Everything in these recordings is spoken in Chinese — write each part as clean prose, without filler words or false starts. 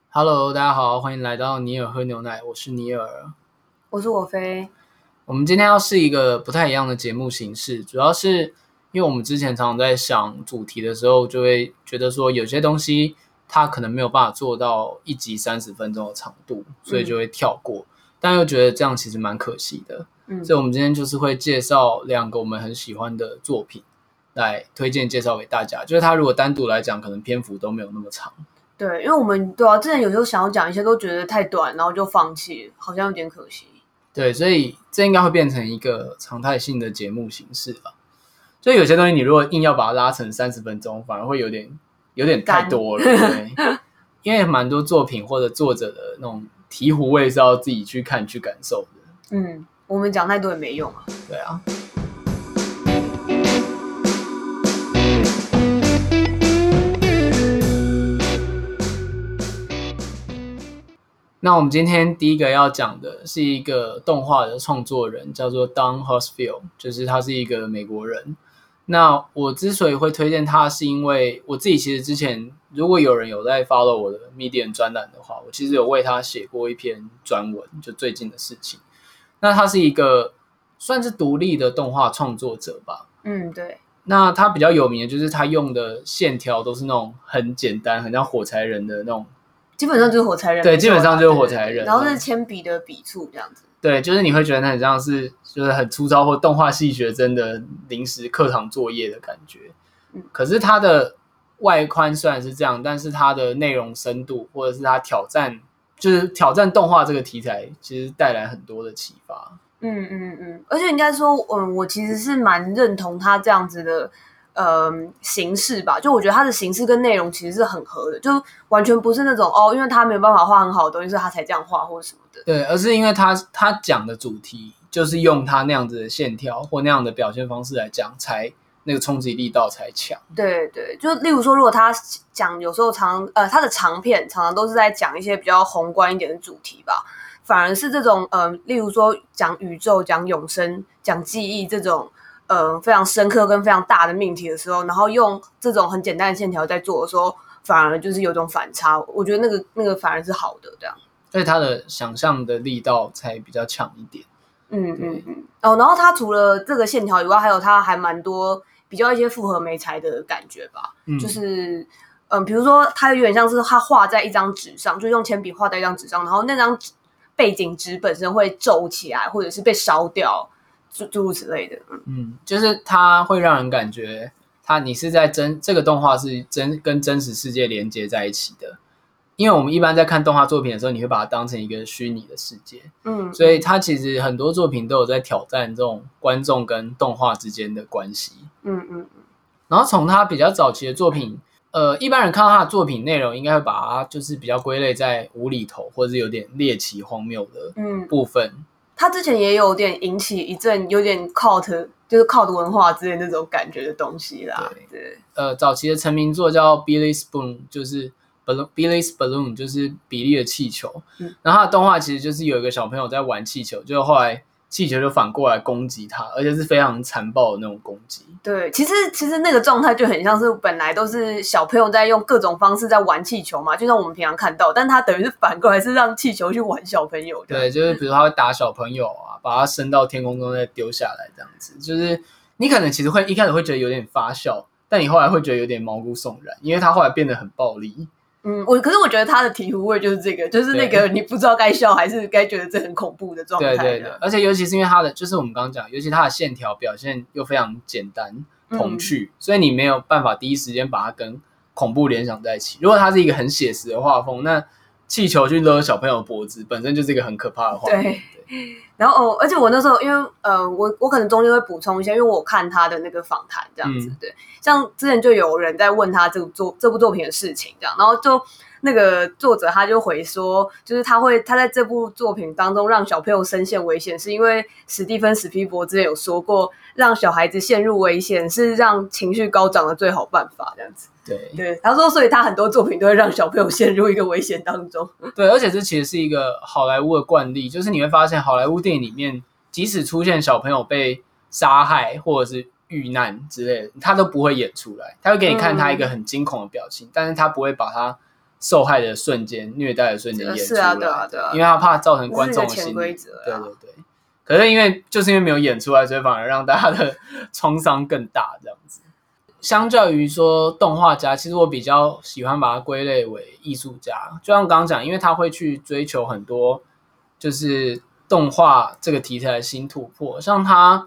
Hello，大家好，欢迎来到尼尔喝牛奶，我是尼尔， 我是我飞。 我们今天要试一个不太一样的节目形式，主要是因为我们之前常常在想主题的时候，就会觉得说有些东西它可能没有办法做到一集30分钟的长度，所以就会跳过，但又觉得这样其实蛮可惜的，所以我们今天就是会介绍2个我们很喜欢的作品来推荐介绍给大家，就是它如果单独来讲，可能篇幅都没有那么长。 对，因为我们之前有时候想要讲一些都觉得太短，然后就放弃，好像有点可惜。 对，所以这应该会变成一个常态性的节目形式吧。所以有些东西你如果硬要把它拉成30分钟，反而会有点太多了，对。因为蛮多作品或者作者的那种醍醐味是要自己去看去感受的。 我们讲太多也没用啊。 对啊。那我们今天第一个要讲的是一个动画的创作人，叫做 Don Husfield， 就是他是一个美国人。那我之所以会推荐他，是因为我自己其实之前如果有人有在 follow 我的 Medium 专栏的话，我其实有为他写过一篇专文，就最近的事情。那他是一个算是独立的动画创作者吧。 对。 那他比较有名的就是他用的线条都是那种很简单，很像火柴人的那种。 基本上就是火柴人， 对，基本上就是火柴人， 然后是铅笔的笔触这样子。 对，就是你会觉得它很像是就是很粗糙或动画系学生的临时课堂作业的感觉。可是它的外观虽然是这样，但是它的内容深度或者是它挑战动画这个题材，其实带来很多的启发。 而且应该说，我其实是蛮认同他这样子的。形式吧，就我觉得它的形式跟内容其实是很合的，就完全不是那种因为他没有办法画很好的东西，所以他才这样画或者什么的。 对，而是因为他讲的主题就是用他那样子的线条或那样的表现方式来讲，才那个冲击力道才强。 对，就例如说，如果他讲有时候他的长片常常都是在讲一些比较宏观一点的主题吧，反而是这种例如说讲宇宙、讲永生、讲记忆这种。非常深刻跟非常大的命题的时候，然后用这种很简单的线条在做的时候，反而就是有种反差。我觉得那个反而是好的，这样。 所以他的想象的力道才比较强一点。 然后他除了这个线条以外，还有他还蛮多比较一些复合媒材的感觉吧。就是比如说他有点像是他画在一张纸上，就用铅笔画在一张纸上，然后那张背景纸本身会皱起来，或者是被烧掉。诸如此类的。 就是它会让人感觉你是在这个动画是跟真实世界连接在一起的，因为我们一般在看动画作品的时候，你会把它当成一个虚拟的世界。所以它其实很多作品都有在挑战这种观众跟动画之间的关系。然后从它比较早期的作品，一般人看到它的作品内容，应该会把它就是比较归类在无厘头或者是有点猎奇荒谬的部分。 他之前也有点引起一阵有点 cult， 就是 cult 文化之类那种感觉的东西啦。 对。早期的成名作叫 Billy's Balloon， 就是 Billy's Balloon， 就是比利的气球。然后他的动画其实就是有一个小朋友在玩气球，就后来气球就反过来攻击他，而且是非常残暴的那种攻击。 对，其实那个状态就很像是本来都是小朋友在用各种方式在玩气球嘛，就像我们平常看到，但他等于是反过来是让气球去玩小朋友的。 对，就是比如他会打小朋友啊，把他升到天空中再丢下来这样子，就是你可能其实一开始会觉得有点发笑，但你后来会觉得有点毛骨悚然，因为他后来变得很暴力。 可是我觉得他的醍醐味就是这个，就是那个你不知道该笑还是该觉得这很恐怖的状态。 对，而且尤其是因为他的，就是我们刚刚讲，尤其他的线条表现又非常简单童趣，所以你没有办法第一时间把它跟恐怖联想在一起。如果它是一个很写实的画风，那气球去勒小朋友的脖子本身就是一个很可怕的画风。 对。然后而且我那时候因为我可能中间会补充一下，因为我看他的那个访谈这样子。对，像之前就有人在问他这部作品的事情这样，然后就那个作者他就回说，就是他在这部作品当中让小朋友深陷危险，是因为史蒂芬·史皮伯之前有说过，让小孩子陷入危险是让情绪高涨的最好办法这样子。对，他说，所以他很多作品都会让小朋友陷入一个危险当中。 对，而且这其实是一个好莱坞的惯例，就是你会发现好莱坞电影里面，即使出现小朋友被杀害或者是遇难之类的，他都不会演出来，他会给你看他一个很惊恐的表情，但是他不会把他受害的瞬间、虐待的瞬间演出来。 对啊， 因为他怕造成观众的心理。 对。 可是因为没有演出来，所以反而让大家的创伤更大这样子。相较于说动画家，其实我比较喜欢把它归类为艺术家。就像刚刚讲，因为他会去追求很多就是动画这个题材的新突破，像他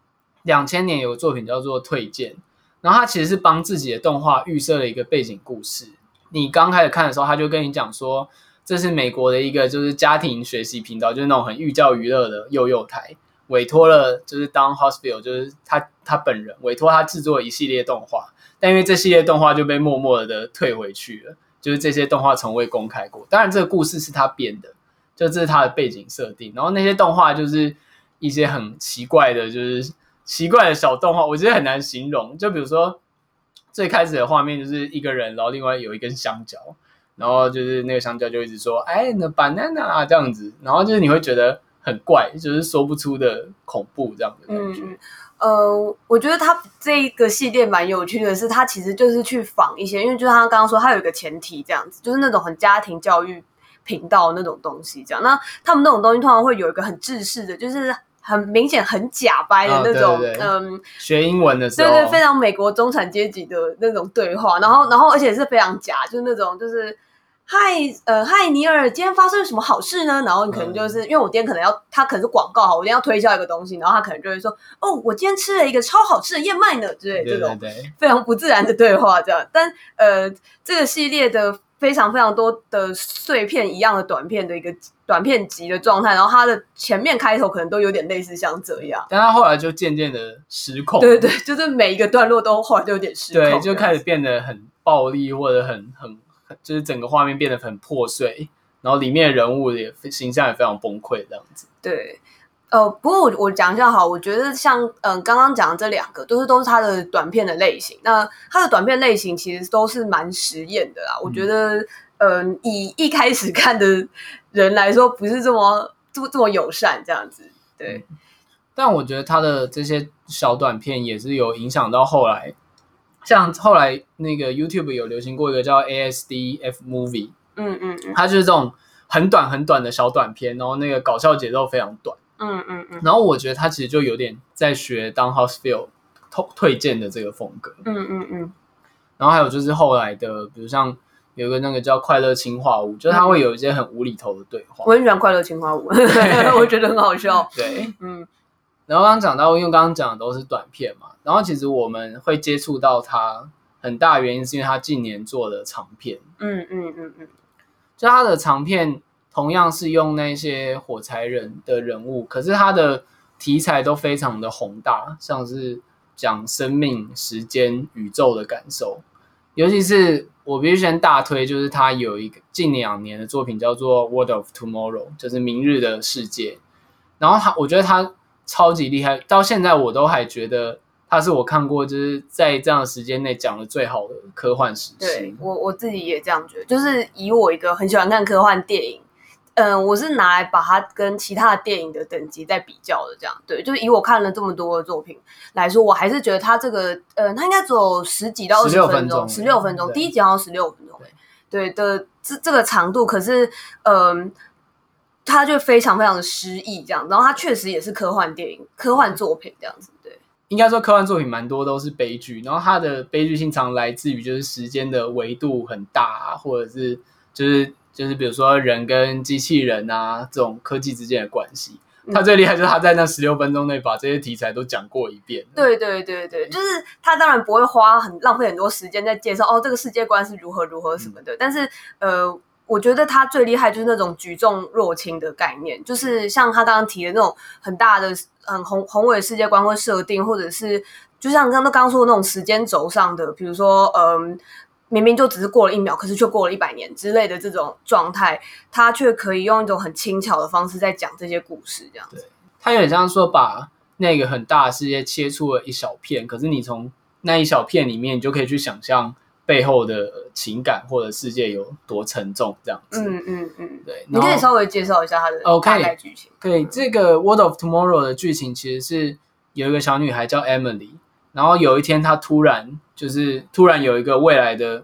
2000年有个作品叫做《退件》，然后他其实是帮自己的动画预设了一个背景故事。你刚开始看的时候，他就跟你讲说，这是美国的一个就是家庭学习频道，就是那种很寓教于乐的幼幼台，委托了就是 Don Hospital， 就是他本人委托他制作一系列动画，但因为这系列动画就被默默的退回去了，就是这些动画从未公开过。当然这个故事是他编的，就这是他的背景设定，然后那些动画就是一些很奇怪的，就是奇怪的小动画，我觉得很难形容。就比如说最开始的画面就是一个人，然后另外有一根香蕉，然后就是那个香蕉就一直说哎那 banana 这样子，然后就是你会觉得很怪，就是说不出的恐怖这样的感觉。 我觉得他这个系列蛮有趣的是，他其实就是去仿一些，因为就是他刚刚说他有一个前提这样子，就是那种很家庭教育频道那种东西这样。那他们那种东西通常会有一个很制式的，就是很明显很假掰的那种， 对，学英文的时候， 对，非常美国中产阶级的那种对话，然后而且是非常假，就是那种就是嗨尼尔，今天发生了什么好事呢？然后你可能就是因为我今天可能他可能是广告，我今天要推销一个东西，然后他可能就会说哦，我今天吃了一个超好吃的燕麦呢之类这种非常不自然的对话这样。但这个系列的非常非常多的碎片一样的短片的一个短片集的状态，然后它的前面开头可能都有点类似像这样， 但它后来就渐渐的失控。 对，就是每一个段落都后来都有点失控， 对，就开始变得很暴力，或者很就是整个画面变得很破碎，然后里面的人物也形象也非常崩溃这样子。 对。不过我讲一下好，我觉得像刚刚讲的这两个都是他的短片的类型。那他的短片类型其实都是蛮实验的啦。我觉得以一开始看的人来说，不是这么友善这样子。对， 但我觉得他的这些小短片也是有影响到后来，像后来那个 YouTube 有流行过一个叫 ASDF Movie， 它就是这种很短很短的小短片，然后那个搞笑节奏非常短。然后我觉得他其实就有点在学 Don Hospital 退件的这个风格。然后还有就是后来的，比如像有一个那个叫快乐氰化物，就是他会有一些很无厘头的对话。 我很喜欢快乐氰化物，我觉得很好笑。 对，然后刚刚讲到，因为刚刚讲的都是短片嘛，然后其实我们会接触到他很大的原因是因为他近年做的长片。就他的长片同样是用那些火柴人的人物，可是他的题材都非常的宏大，像是讲生命、时间、宇宙的感受。尤其是我必须先大推，就是他有一个近2年的作品叫做《World of Tomorrow》，就是明日的世界。然后我觉得他超级厉害，到现在我都还觉得他是我看过就是在这样的时间内讲的最好的科幻史诗。 对，我自己也这样觉得，就是以我一个很喜欢看科幻电影，我是拿来把它跟其他的电影的等级在比较的，这样。对，就是以我看了这么多的作品来说，我还是觉得它这个它应该只有10几到20分钟，16分钟，第一集好像16分钟，对的这个长度，可是它就非常非常的诗意这样，然后它确实也是科幻电影、科幻作品这样子。对， 应该说科幻作品蛮多都是悲剧，然后它的悲剧性常来自于就是时间的维度很大，或者是就是比如说人跟机器人啊这种科技之间的关系。他最厉害就是他在那16分钟内把这些题材都讲过一遍。 对，就是他当然不会浪费很多时间在介绍这个世界观是如何什么的，但是我觉得他最厉害就是那种举重若轻的概念，就是像他刚刚提的那种很大的很宏伟的世界观或设定，或者是就像刚刚说的那种时间轴上的，比如说明明就只是过了1秒，可是却过了100年之类的这种状态，他却可以用一种很轻巧的方式在讲这些故事，这样子。 对，他有点像说把那个很大的世界切出了一小片，可是你从那一小片里面，你就可以去想象背后的情感或者世界有多沉重，这样子。对， 你可以稍微介绍一下他的大概剧情。 可以，这个《World of Tomorrow》的剧情其实是有一个小女孩叫 Emily， 然后有一天她突然有一个未来的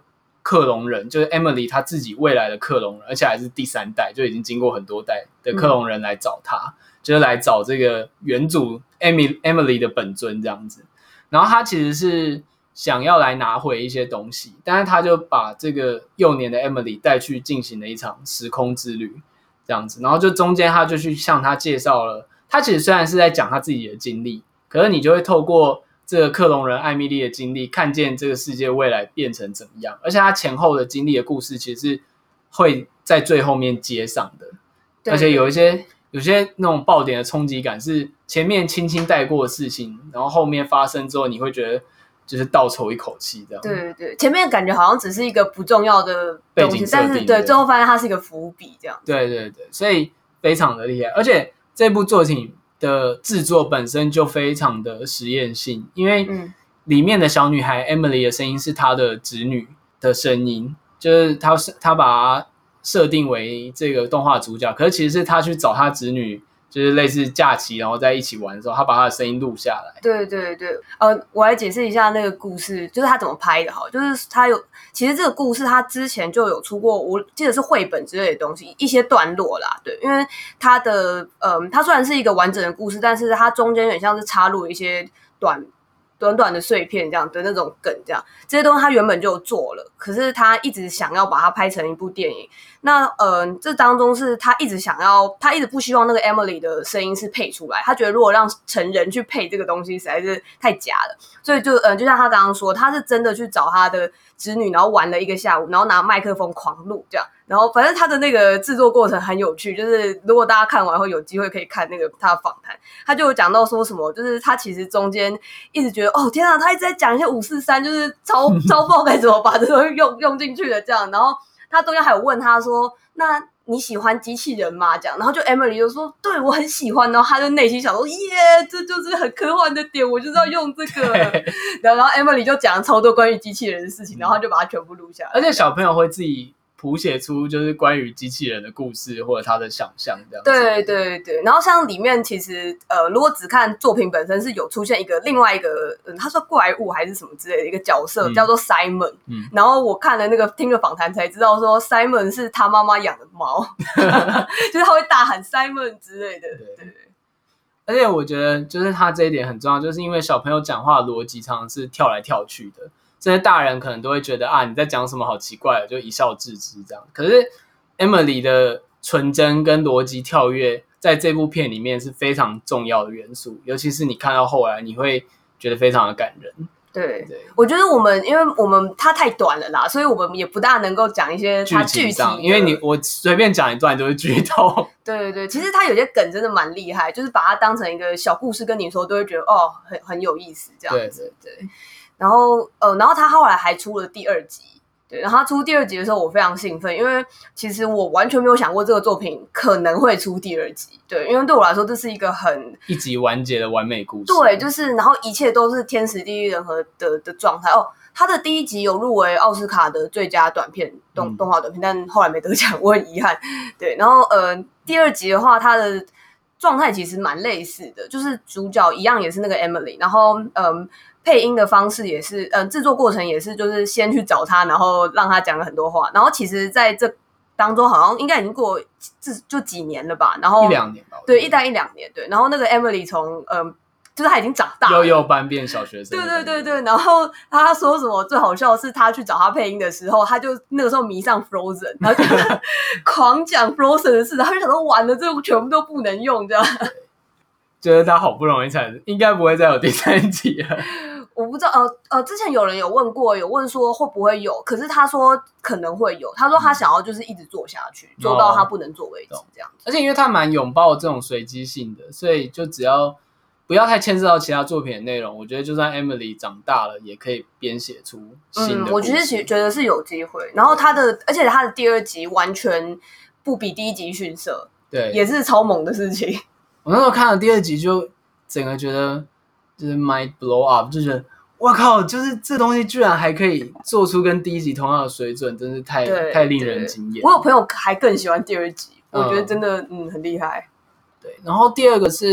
克隆人，就是 Emily 她自己未来的克隆人，而且还是第3代，就已经经过很多代的克隆人来找她，就是来找这个原主 Emily 的本尊这样子。然后她其实是想要来拿回一些东西，但是她就把这个幼年的 Emily 带去进行了一场时空之旅这样子。然后就中间她就去向她介绍了，她其实虽然是在讲她自己的经历，可是你就会透过这个克隆人艾米丽的经历，看见这个世界未来变成怎么样，而且他前后的经历的故事其实是会在最后面接上的，而且有一些那种爆点的冲击感是前面轻轻带过的事情，然后后面发生之后，你会觉得就是倒抽一口气这样。 对对，前面感觉好像只是一个不重要的东西，但是对最后发现它是一个伏笔这样。 对对对，所以非常的厉害，而且这部作品的制作本身就非常的实验性，因为里面的小女孩 Emily 的声音是她的侄女的声音，就是她把她设定为这个动画主角，可是其实是她去找她侄女，就是类似假期然后在一起玩的时候，她把她的声音录下来。 对对对，我来解释一下那个故事，就是他怎么拍的好，就是他其实这个故事他之前就有出过，我记得是绘本之类的东西，一些段落啦，对，因为他的他虽然是一个完整的故事，但是他中间有点像是插入一些短短的碎片这样的那种梗，这样这些东西他原本就有做了，可是他一直想要把它拍成一部电影。那这当中是他一直不希望那个 Emily 的声音是配出来，他觉得如果让成人去配这个东西实在是太假了，所以就像他刚刚说，他是真的去找他的侄女，然后玩了一个下午，然后拿麦克风狂录这样。然后反正他的那个制作过程很有趣，就是如果大家看完后有机会可以看那个他的访谈，他就有讲到说什么，就是他其实中间一直觉得哦天啊，他一直在讲一些543，就是超不知道该怎么把这东西用进去的这样。然后他中间还有问他说，那你喜欢机器人吗？这样，然后就 Emily 就说对我很喜欢，然后他就内心想说耶，这就是很科幻的点，我就是要用这个。然后 Emily 就讲了超多关于机器人的事情，然后他就把它全部录下来。 而且小朋友会自己谱写出就是关于机器人的故事或者他的想象这样子。 对对对，然后像里面其实如果只看作品本身是有出现另外一个他说怪物还是什么之类的一个角色，叫做 Simon。然后我看了听了访谈才知道说 Simon 是他妈妈养的猫，就是他会大喊 Simon 之类的。对。 而且我觉得就是他这一点很重要，就是因为小朋友讲话的逻辑常常是跳来跳去的。这些大人可能都会觉得啊，你在讲什么好奇怪的，就一笑置之这样。可是 Emily 的纯真跟逻辑跳跃，在这部片里面是非常重要的元素，尤其是你看到后来，你会觉得非常的感人。 对，我觉得因为我们它太短了啦，所以我们也不大能够讲一些它具体上， 因为我随便讲一段都是剧透。 对对对，其实它有些梗真的蛮厉害，就是把它当成一个小故事跟你说，都会觉得哦，很有意思这样子。对。然后他后来还出了第2集，对，然后他出第2集的时候，我非常兴奋，因为其实我完全没有想过这个作品可能会出第2集，对，因为对我来说这是一个一集完结的完美故事， 对，就是然后一切都是天时地利人和的状态哦。他的第1集有入围奥斯卡的最佳短片动画短片，但后来没得奖，我很遗憾。对，然后第2集的话，他的状态其实蛮类似的，就是主角一样也是那个 Emily， 然后配音的方式也是，制作过程也是，就是先去找他，然后让他讲了很多话，然后其实在这当中好像应该已经过就几年了吧，然后 1-2年吧， 对，1-2年，对，然后那个 Emily 从就是他已经长大了， 幼幼班变小学生， 对，然后他说什么最好笑的是他去找他配音的时候，他就那个时候迷上 Frozen， 然后就狂讲 Frozen 的事，他就想说完了，这全部都不能用这样。 觉得他好不容易才应该不会再有第3集了。 我不知道，之前有人有问说会不会有，可是他说可能会有，他说他想要就是一直做下去，做到他不能做为止这样子。 而且因为他蛮拥抱这种随机性的，所以就只要不要太牵涉到其他作品的内容，我觉得就算 Emily 长大了，也可以编写出新的故事。 我其实觉得是有机会。然后而且他的第2集完全不比第1集逊色，对，也是超猛的事情。 我那时候看了第2集，就整个觉得就是 mind blow up， 就觉得哇靠，就是这东西居然还可以做出跟第1集同样的水准，真是太令人惊艳。 我有朋友还更喜欢第2集，我觉得真的很厉害。 对，然后第2个是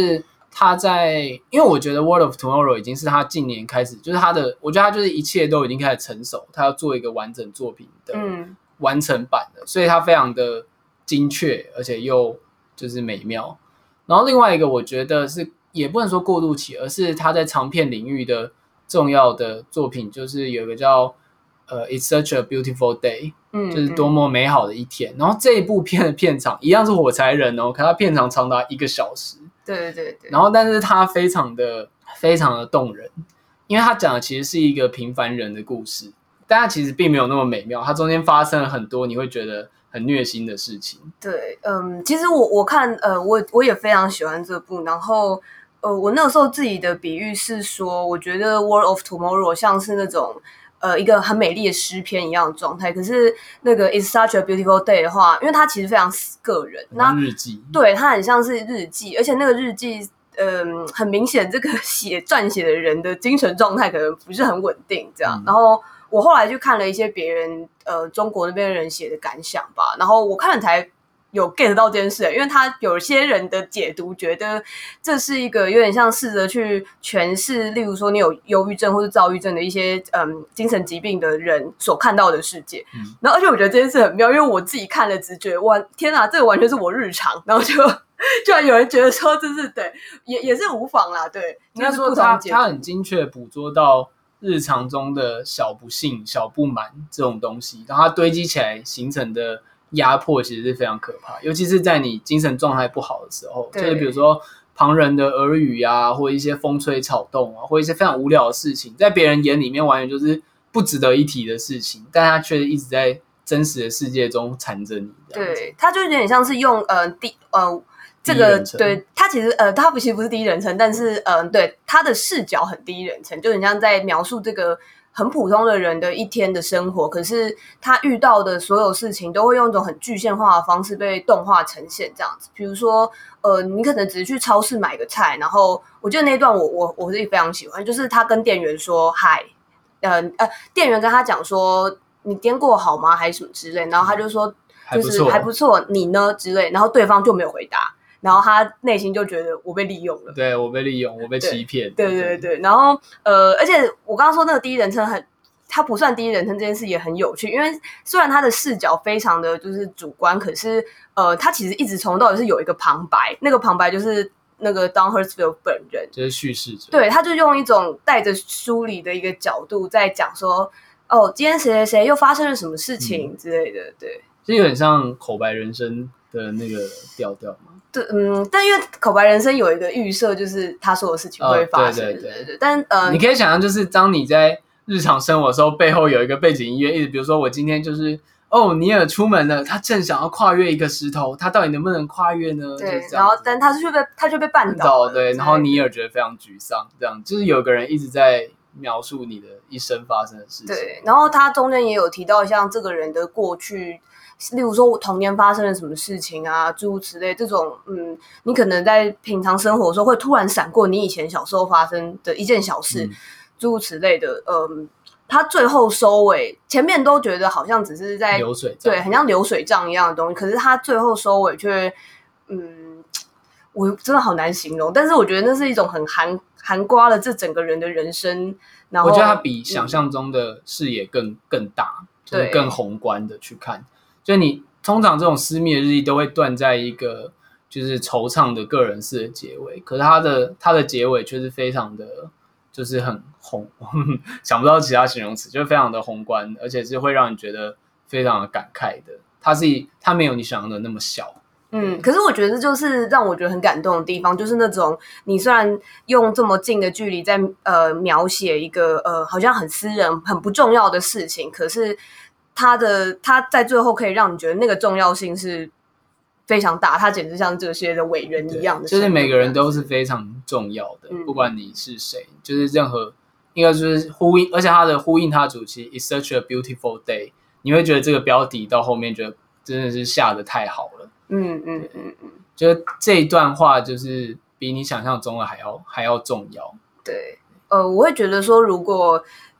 他因为我觉得《World of Tomorrow》已经是他近年开始，就是我觉得他就是一切都已经开始成熟，他要做一个完整作品的完成版的，所以他非常的精确，而且又就是美妙。然后另外一个我觉得是也不能说过渡期，而是他在长片领域的重要的作品，就是有一个叫It's Such a Beautiful Day，就是多么美好的一天。然后这一部片的片长一样是火柴人哦，可它片长长达1个小时。 对。 然后但是它非常的动人，因为它讲的其实是一个平凡人的故事，但它其实并没有那么美妙，它中间发生了很多你会觉得很虐心的事情。 对，其实我看我也非常喜欢这部，然后我那个时候自己的比喻是说，我觉得《World of Tomorrow》像是那种一个很美丽的诗篇一样的状态，可是那个 It's Such a Beautiful Day 的话，因为它其实非常个人， 那日记， 对，它很像是日记，而且那个日记很明显这个撰写的人的精神状态可能不是很稳定这样，然后我后来就看了一些别人中国那边的人写的感想吧，然后我看了才有 get 到这件事，因为他有些人的解读觉得这是一个有点像试着去诠释，例如说你有忧郁症或是躁郁症的一些精神疾病的人所看到的世界，然后而且我觉得这件事很妙，因为我自己看了只觉得哇天哪，这个完全是我日常，然后就居然有人觉得说这是对，也是无妨啦，对， 应该说他很精确捕捉到日常中的小不幸、小不满这种东西，然后它堆积起来形成的压迫其实是非常可怕，尤其是在你精神状态不好的时候，就是比如说旁人的耳语啊，或一些风吹草动啊，或一些非常无聊的事情，在别人眼里面完全就是不值得一提的事情，但它却一直在真实的世界中缠着你。 对，它就有点像是用这个对他其实他其实不是第一人称，但是对他的视角很第一人称，就很像在描述这个很普通的人的一天的生活，可是他遇到的所有事情都会用一种很具象化的方式被动画呈现这样子。比如说你可能只是去超市买个菜，然后我记得那一段我是非常喜欢，就是他跟店员说嗨，店员跟他讲说你颠过好吗还是什么之类，然后他就说就是还不错，你呢之类，然后对方就没有回答。然后他内心就觉得我被利用了， 对，我被利用，我被欺骗， 对。然后而且我刚刚说那个第一人称他不算第一人称这件事也很有趣，因为虽然他的视角非常的就是主观，可是他其实一直从头到尾是有一个旁白，那个旁白就是那个 Don Hertzfeldt 本人， 就是叙事者， 对，他就用一种带着梳理的一个角度在讲说，哦，今天谁谁谁又发生了什么事情之类的，对， 就有点像口白人生的那个调调嘛。 对，但因为口白人生有一个预设，就是他说的事情会发生，对。但你可以想象，就是当你在日常生活的时候，背后有一个背景音乐，一直比如说我今天就是尼尔出门了，他正想要跨越一个石头，他到底能不能跨越呢？ 对，然后但他就被绊倒了， 对，然后尼尔觉得非常沮丧，这样就是有个人一直在描述你的一生发生的事情。 对，然后他中间也有提到像这个人的过去。例如说我童年发生了什么事情啊，诸如此类，这种你可能在平常生活的时候会突然闪过你以前小时候发生的一件小事，诸如此类的，他最后收尾，前面都觉得好像只是在流水账， 对，很像流水账一样的东西，可是他最后收尾却，我真的好难形容，但是我觉得那是一种很含刮了这整个人的人生，然后我觉得他比想象中的视野更大，就是更宏观的去看。就你通常这种私密的日记都会断在一个就是惆怅的个人式的结尾，可是它的结尾却是非常的，就是很想不到其他形容词，就是非常的宏观，而且是会让你觉得非常的感慨的。它没有你想象的那么小。 可是我觉得这就是让我觉得很感动的地方，就是那种你虽然用这么近的距离在描写一个好像很私人、很不重要的事情，可是他在最后可以让你觉得那个重要性是非常大，他简直像这些的伟人一样的， 就是每个人都是非常重要的，不管你是谁，就是任何应该就是呼应，而且他的呼应他主题 It's such a beautiful day， 你会觉得这个标题到后面觉得真的是下得太好了，就是这一段话就是比你想象中的还要重要。 对，我会觉得说如果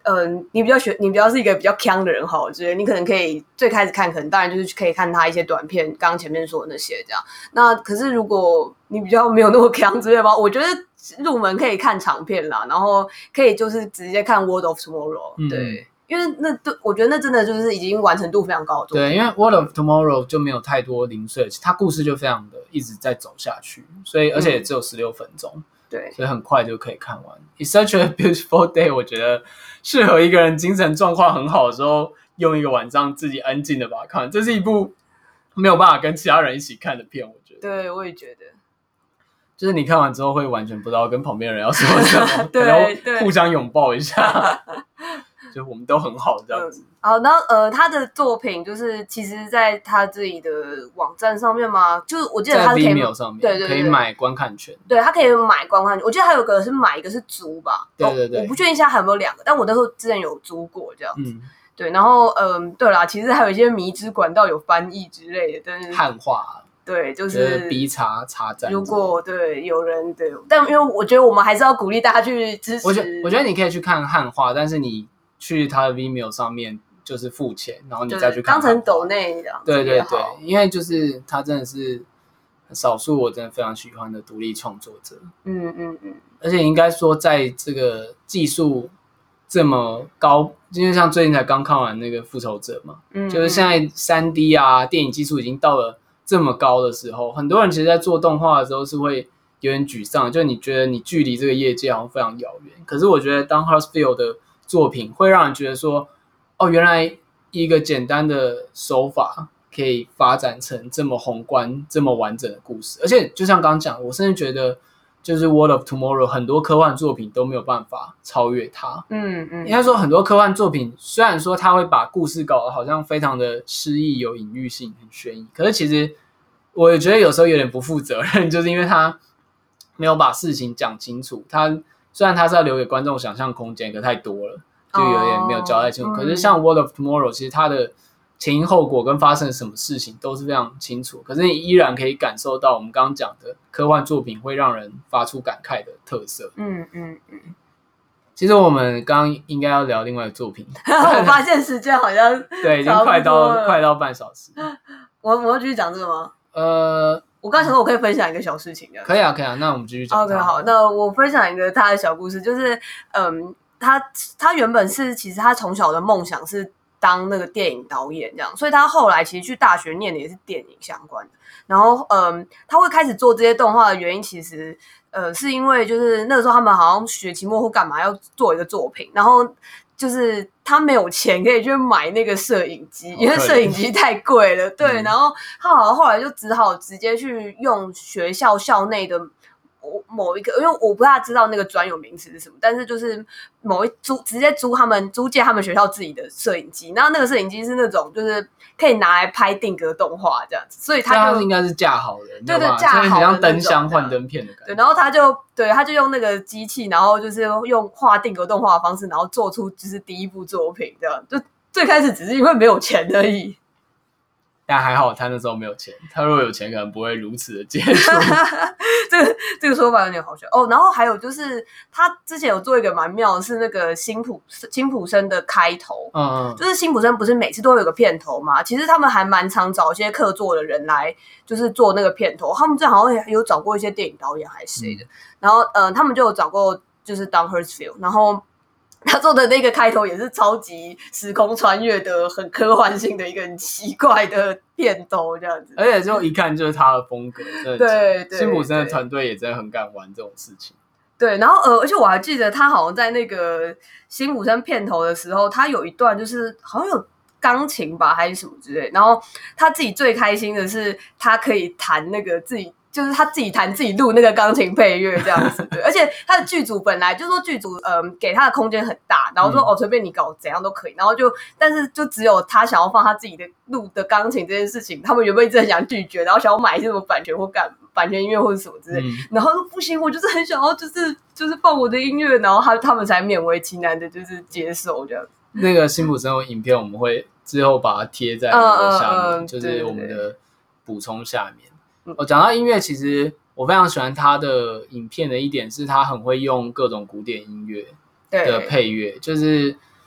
你比较是一个比较强的人好，我觉得你可能可以最开始看，可能当然就是可以看他一些短片，刚刚前面说的那些这样。那可是如果你比较没有那么强之类吧，我觉得入门可以看长片啦，然后可以就是直接看《World of Tomorrow》，对。因为我觉得那真的就是已经完成度非常高的作品。 对，因为《World of Tomorrow》就没有太多零碎，它故事就非常的一直在走下去，所以而且也只有16分钟， 对， 所以很快就可以看完。It's such a beautiful day， 我觉得适合一个人精神状况很好的时候，用一个晚上自己安静的把它看完。这是一部没有办法跟其他人一起看的片，我觉得。 对，我也觉得。就是你看完之后会完全不知道跟旁边的人要说什么， 对， 可能互相拥抱一下。就我们都很好这样子。 好，然后他的作品就是其实在他自己的网站上面嘛，就是我记得他是可以在 Vimeo 上面，对，可以买观看权。 对，他可以买观看权。我记得还有个是买，一个是租吧。 对， 我不确定现在还有没有2个，但我那时候之前有租过这样子。对，然后对啦，其实还有一些迷之管道有翻译之类的，但是汉化。 对，就是 B 叉站。 如果对有人对，但因为我觉得我们还是要鼓励大家去支持。 我觉得你可以去看汉化，但是你去他的 Vimeo 上面就是付钱，然后你再去看当成抖内这样。 对，因为就是他真的是少数我真的非常喜欢的独立创作者。而且应该说在这个技术这么高，因为像最近才刚看完那个复仇者嘛，就是现在 3D 啊电影技术已经到了这么高的时候，很多人其实在做动画的时候是会有点沮丧，就你觉得你距离这个业界好像非常遥远。可是我觉得当 Hurstfield 的作品会让人觉得说，哦，原来一个简单的手法可以发展成这么宏观、这么完整的故事。而且就像刚刚讲，我甚至觉得就是 World of Tomorrow 很多科幻作品都没有办法超越它。应该说很多科幻作品虽然说它会把故事搞得好像非常的诗意、有隐喻性、很悬疑，可是其实我也觉得有时候有点不负责任，就是因为他没有把事情讲清楚。他虽然他是要留给观众想象空间，可太多了，就有点没有交代清楚。可是像 World of Tomorrow， 其实它的前因后果跟发生什么事情都是非常清楚，可是你依然可以感受到我们刚刚讲的科幻作品会让人发出感慨的特色。其实我们刚刚应该要聊另外的作品。 我发现时间好像对，已经快到半小时。 我要继续讲这个吗？我刚才想说我可以分享一个小事情的。 可以啊，那我们继续讲。 OK， 好，那我分享一个他的小故事，就是他原本是其实他从小的梦想是当那个电影导演这样，所以他后来其实去大学念的也是电影相关的。然后他会开始做这些动画的原因，其实是因为就是那个时候他们好像学期末或干嘛要做一个作品，然后就是他没有钱可以去买那个摄影机，因为摄影机太贵了。对，然后他好像后来就只好直接去用学校校内的某一个，因为我不大知道那个专有名词是什么，但是就是直接租借他们学校自己的摄影机，然后那个摄影机是那种就是可以拿来拍定格动画这样子，所以他就应该是架好的， 对，架好的，很像灯箱幻灯片的感觉。 对，然后他就用那个机器，然后就是用画定格动画的方式，然后做出就是第一部作品这样。就最开始只是因为没有钱而已。 但还好他那时候没有钱，他如果有钱可能不会如此的接触。 这个说法有点好笑哦。然后还有就是他之前有做一个蛮妙的是那个辛普森的开头，就是辛普森不是每次都会有个片头嘛，其实他们还蛮常找一些客座的人来就是做那个片头，他们这好像有找过一些电影导演还是谁的，然后他们就有找过就是 Don Hertzfeldt， 然后他做的那个开头也是超级时空穿越的很科幻性的一个很奇怪的片头这样子， 而且就一看就是他的风格。 对， 辛普森的团队也真的很敢玩这种事情。 对，然后而且我还记得他好像在那个辛普森片头的时候，他有一段就是好像有钢琴吧还是什么之类，然后他自己最开心的是他可以弹那个就是他自己弹自己录那个钢琴配乐这样子。对，而且他的剧组本来就说剧组给他的空间很大，然后说随便你搞怎样都可以，然后但是就只有他想要放他自己的录的钢琴这件事情，他们原本一直很想拒绝，然后想要买一些什么版权或版权音乐或者什么之类，然后说不行，我就是很想要就是放我的音乐，然后他们才勉为其难的就是接受这样子。 那个辛普森的影片我们会之后把它贴在那个下面，就是我们的补充下面。我讲到音乐，其实我非常喜欢他的影片的一点是他很会用各种古典音乐的配乐，就是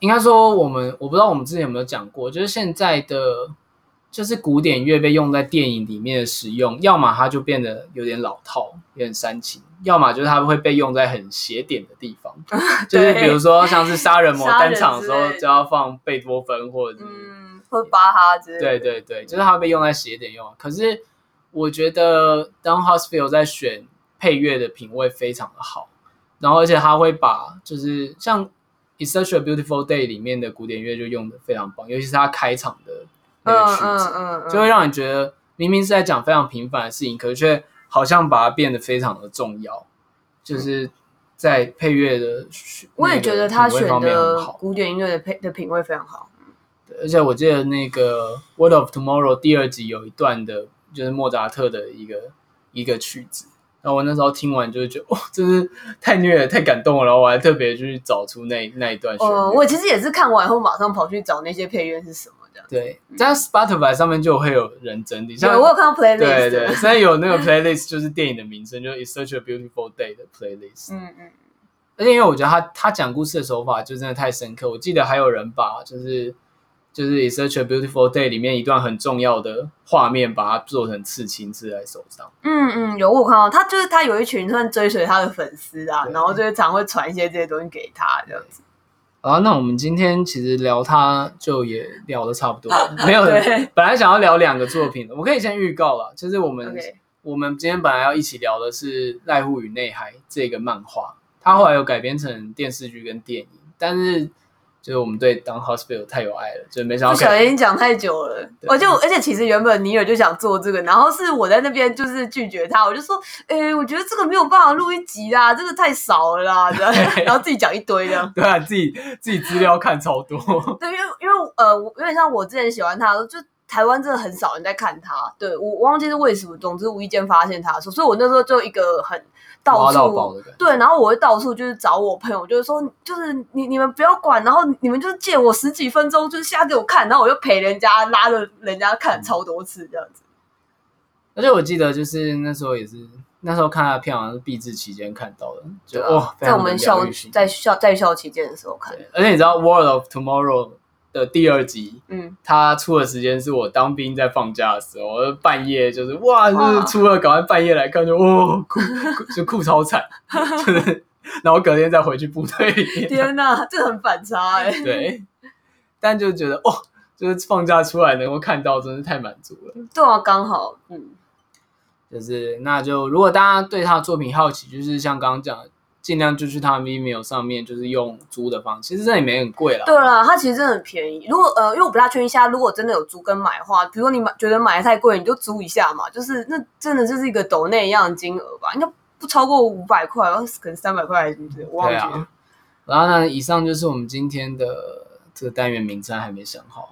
应该说我不知道我们之前有没有讲过，就是现在的就是古典乐被用在电影里面的使用，要么它就变得有点老套，有点煽情，要么就是它会被用在很邪典的地方，就是比如说像是杀人魔登场的时候就要放贝多芬或者是或巴哈之类的。 对对对，就是它被用在邪典用。可是我觉得 Don Husfield 在选配乐的品味非常的好，然后而且他会把就是像 It's Such a Beautiful Day 里面的古典乐就用的非常棒，尤其是他开场的那个曲子，就会让你觉得明明是在讲非常平凡的事情，可是却好像把它变得非常的重要，就是在配乐的我也觉得他选的古典音乐的品味非常好。 而且我记得那个 World of Tomorrow 第2集有一段的就是莫扎特的一个曲子，然后我那时候听完就觉得真是太虐了，太感动了，然后我还特别去找出那一段旋律。 我其实也是看完后马上跑去找那些配乐是什么这样。 对，在 Spotify 上面就会有人整理，像我有看到 playlist。 对对，现在有那个 playlist 就是电影的名称，就是 It's Such a Beautiful Day 的 playlist。而且因为我觉得他讲故事的手法就真的太深刻，我记得还有人把就是 It's Such a Beautiful Day 里面一段很重要的画面，把它做成刺青刺在手上。 有我有看到他，就是他有一群算追随他的粉丝啊，然后就是常会传一些这些东西给他这样子。 好，那我们今天其实聊他就也聊得差不多了，没有本来想要聊2个作品的，我可以先预告啦，就是我们今天本来要一起聊的是《濑户与内海》这个漫画，它后来有改编成电视剧跟电影，但是就是我们对 Don Husfield 太有爱了，就没想到不小心讲太久了。而且其实原本尼尔就想做这个，然后是我在那边就是拒绝他，我就说，我觉得这个没有办法录一集啦，这个太少了啦，然后自己讲一堆这样。 对啊，自己资料看超多。 对，因为有点像我之前喜欢他的时候，就台湾真的很少人在看他，对，我忘记是为什么，总之无意间发现他的时候，所以我那时候就一个很到处对，然后我会到处就是找我朋友，就是说，就是你们不要管，然后你们就是借我10几分钟，就是下给我看，然后我就陪人家拉着人家看超多次这样子。 而且我记得就是那时候看他的片好像是闭制期间看到的，就在我们在校期间的时候看。 而且你知道《World of Tomorrow》的第2集，他出的时间是我当兵在放假的时候，我半夜就是就是出了，赶快半夜来看，就哭超惨，就是然后隔天再回去部队里面。 天哪，这很反差对，但就觉得就是放假出来能够看到，真是太满足了。 对啊，刚好， 就是那就如果大家对他的作品好奇，就是像刚刚讲的，尽量就去他的 Vimeo 上面，就是用租的方式，其实这也没很贵啦。 对啦，它其实真的很便宜。如果因为我不大确定一下，如果真的有租跟买的话，比如说你觉得买的太贵，你就租一下嘛，就是那真的就是一个斗内一样的金额吧，应该不超过500块，可能300块还是不是？我忘记了。 然后呢，以上就是我们今天的这个单元名称还没想好。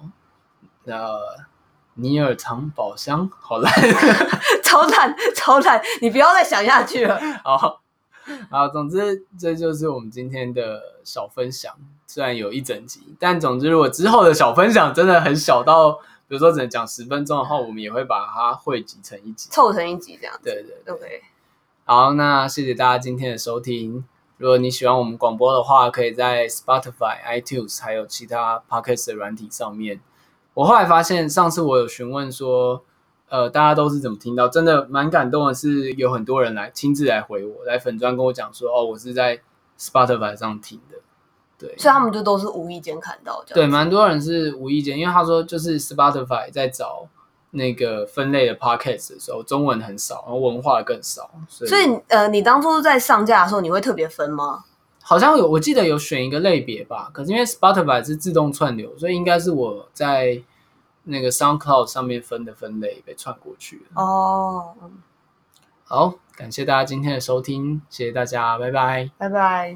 尼尔藏宝箱，好烂， 超烂，你不要再想下去了。 好，总之这就是我们今天的小分享，虽然有1整集，但总之如果之后的小分享真的很小到，比如说只能讲10分钟的话，我们也会把它汇集成1集， 凑成1集这样子。 对对对 ，OK。 好，那谢谢大家今天的收听。如果你喜欢我们广播的话，可以在 Spotify、iTunes 还有其他 Podcast 的软体上面。我后来发现，上次我有询问说，大家都是怎么听到？真的蛮感动的是，有很多人亲自来回我，来粉专跟我讲说，我是在 Spotify 上听的。对， 所以他们就都是无意间看到的。 对，蛮多人是无意间，因为他说就是 Spotify 在找那个分类的 podcast 的时候，中文很少，然后文化更少，所以你当初在上架的时候，你会特别分吗？ 好像我记得有选一个类别吧，可是因为 Spotify 是自动串流，所以应该是我在那个 SoundCloud 上面分的分类被串过去了。好，感谢大家今天的收听，谢谢大家，拜拜， 拜拜。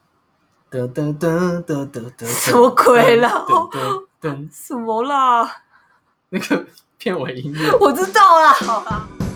什么鬼啦？什么啦？ 那个片尾音乐， 我知道啦。好啦。